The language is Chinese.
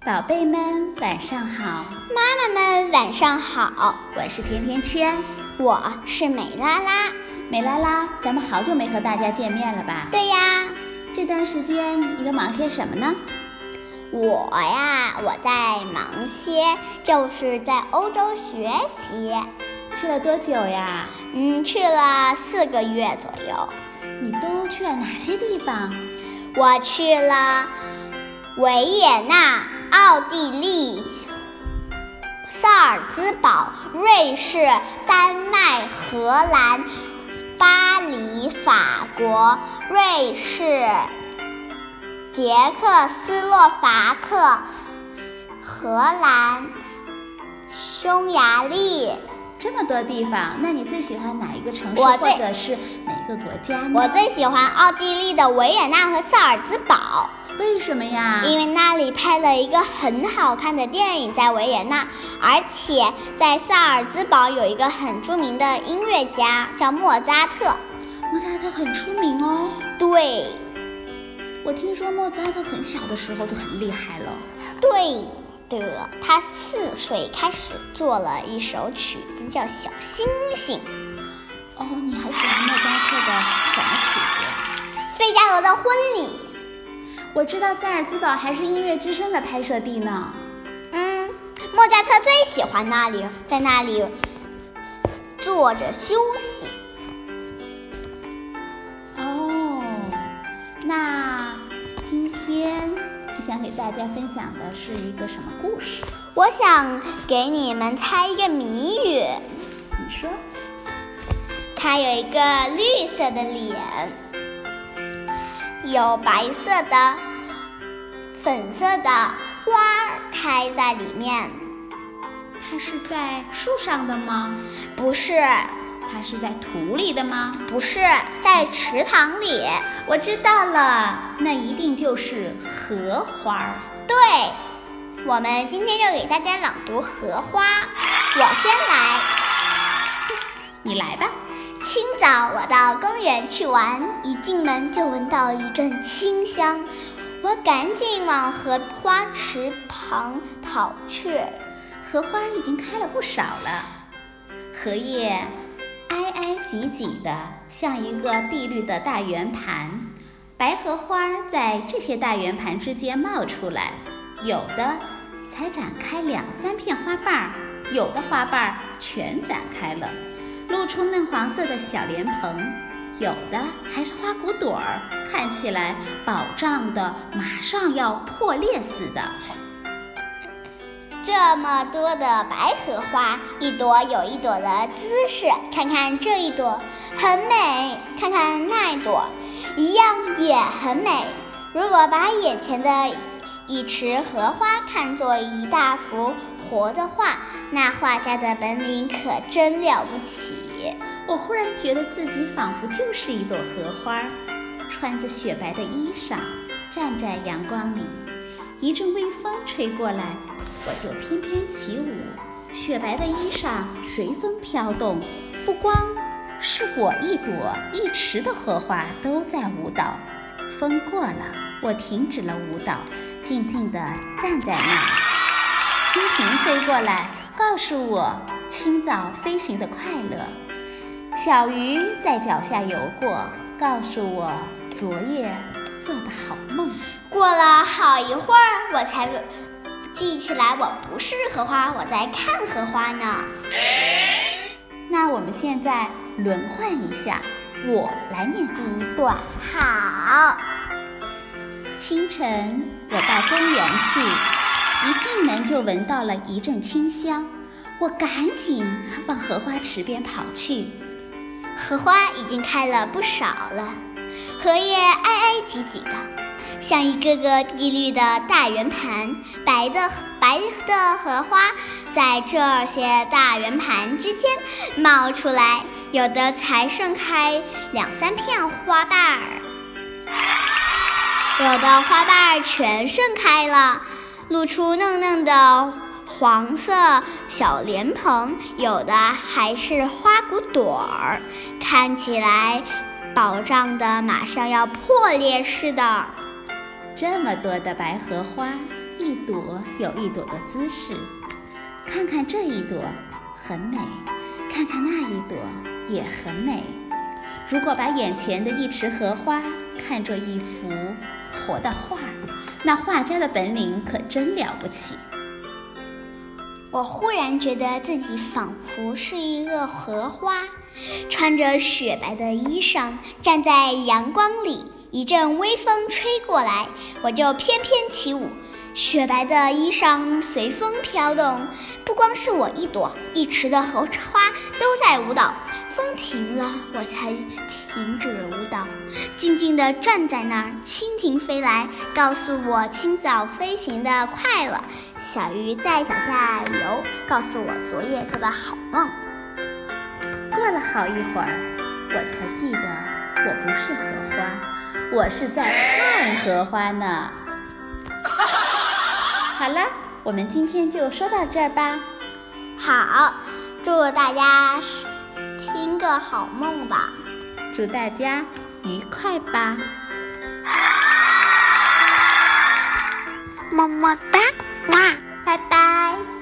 宝贝们晚上好， 妈妈们晚上好， 我是甜甜圈， 我是美拉拉。 美拉拉，咱们好久没和大家见面了吧？ 对呀， 这段时间你都忙些什么呢？ 我在忙些，就是在欧洲学习。 去了多久呀？ 去了4个月左右。 你都去了哪些地方？ 我去了维也纳、奥地利、萨尔兹堡、瑞士、丹麦、荷兰、巴黎、法国、瑞士、捷克斯洛伐克、荷兰、匈牙利。 这么多地方，那你最喜欢哪一个城市，或者是哪个国家呢？ 我最喜欢奥地利的维也纳和萨尔兹堡。 为什么呀？ 因为那里拍了一个很好看的电影，在维也纳，而且在萨尔兹堡有一个很著名的音乐家叫莫扎特。 莫扎特很出名哦。 对， 我听说莫扎特很小的时候就很厉害了。 对的，他4岁开始做了一首曲子叫《小星星》。 哦，你还喜欢莫扎特的什么曲子？ 《费加罗的婚礼》。 我知道萨尔兹堡还是音乐之声的拍摄地呢。 莫扎特最喜欢那里，在那里坐着休息。 哦，那今天你想给大家分享的是一个什么故事？ 我想给你们猜一个谜语。 你说。 它有一个绿色的脸，有白色的、粉色的花开在里面。 它是在树上的吗？ 不是。 它是在土里的吗？ 不是，在池塘里。 我知道了，那一定就是荷花。 对，我们今天就给大家朗读荷花。我先来。 你来吧。 清早我到公园去玩，一进门就闻到一阵清香，我赶紧往荷花池旁跑去。 荷花已经开了不少了，荷叶挨挨挤挤的，像一个碧绿的大圆盘。白荷花在这些大圆盘之间冒出来，有的才展开2、3片花瓣，有的花瓣全展开了，露出嫩黄色的小莲蓬，有的还是花骨朵儿，看起来饱胀的马上要破裂似的。 这么多的白荷花，一朵有一朵的姿势，看看这一朵很美，看看那一朵一样也很美。如果把眼前的一池荷花看作一大幅活的画，那画家的本领可真了不起。 我忽然觉得自己仿佛就是一朵荷花，穿着雪白的衣裳，站在阳光里，一阵微风吹过来，我就翩翩起舞。雪白的衣裳随风飘动，不光是我一朵一池的荷花都在舞蹈。风过了，我停止了舞蹈，静静地站在那儿。蜻蜓飞过来，告诉我清早飞行的快乐。小鱼在脚下游过，告诉我昨夜做的好梦。 过了好一会儿，我才记起来我不是荷花，我在看荷花呢。 那我们现在轮换一下，我来念第一段。 好。 清晨，我到公园去，一进门就闻到了一阵清香，我赶紧往荷花池边跑去。 荷花已经开了不少了，荷叶挨挨挤挤的，像一个个碧绿的大圆盘。白的荷花在这些大圆盘之间冒出来，有的才盛开2、3片花瓣，有的花瓣全盛开了，露出嫩嫩的黄色小莲蓬，有的还是花骨朵儿，看起来饱胀的马上要破裂似的。 这么多的白荷花一朵有一朵的姿势，看看这一朵很美，看看那一朵也很美。如果把眼前的一池荷花看作一幅活的画，那画家的本领可真了不起。 我忽然觉得自己仿佛是一个荷花，穿着雪白的衣裳，站在阳光里，一阵微风吹过来，我就翩翩起舞。雪白的衣裳随风飘动，不光是我一朵，一池的荷花都在舞蹈。风停了，我才停止了舞蹈，静静地站在那儿。蜻蜓飞来，告诉我清早飞行的快乐；小鱼在脚下游，告诉我昨夜做的好梦。 过了好一会儿，我才记得我不是荷花，我是在看荷花呢。好了，我们今天就说到这儿吧。 好，祝大家听个好梦吧。 祝大家愉快吧。 么么哒，哇，拜拜。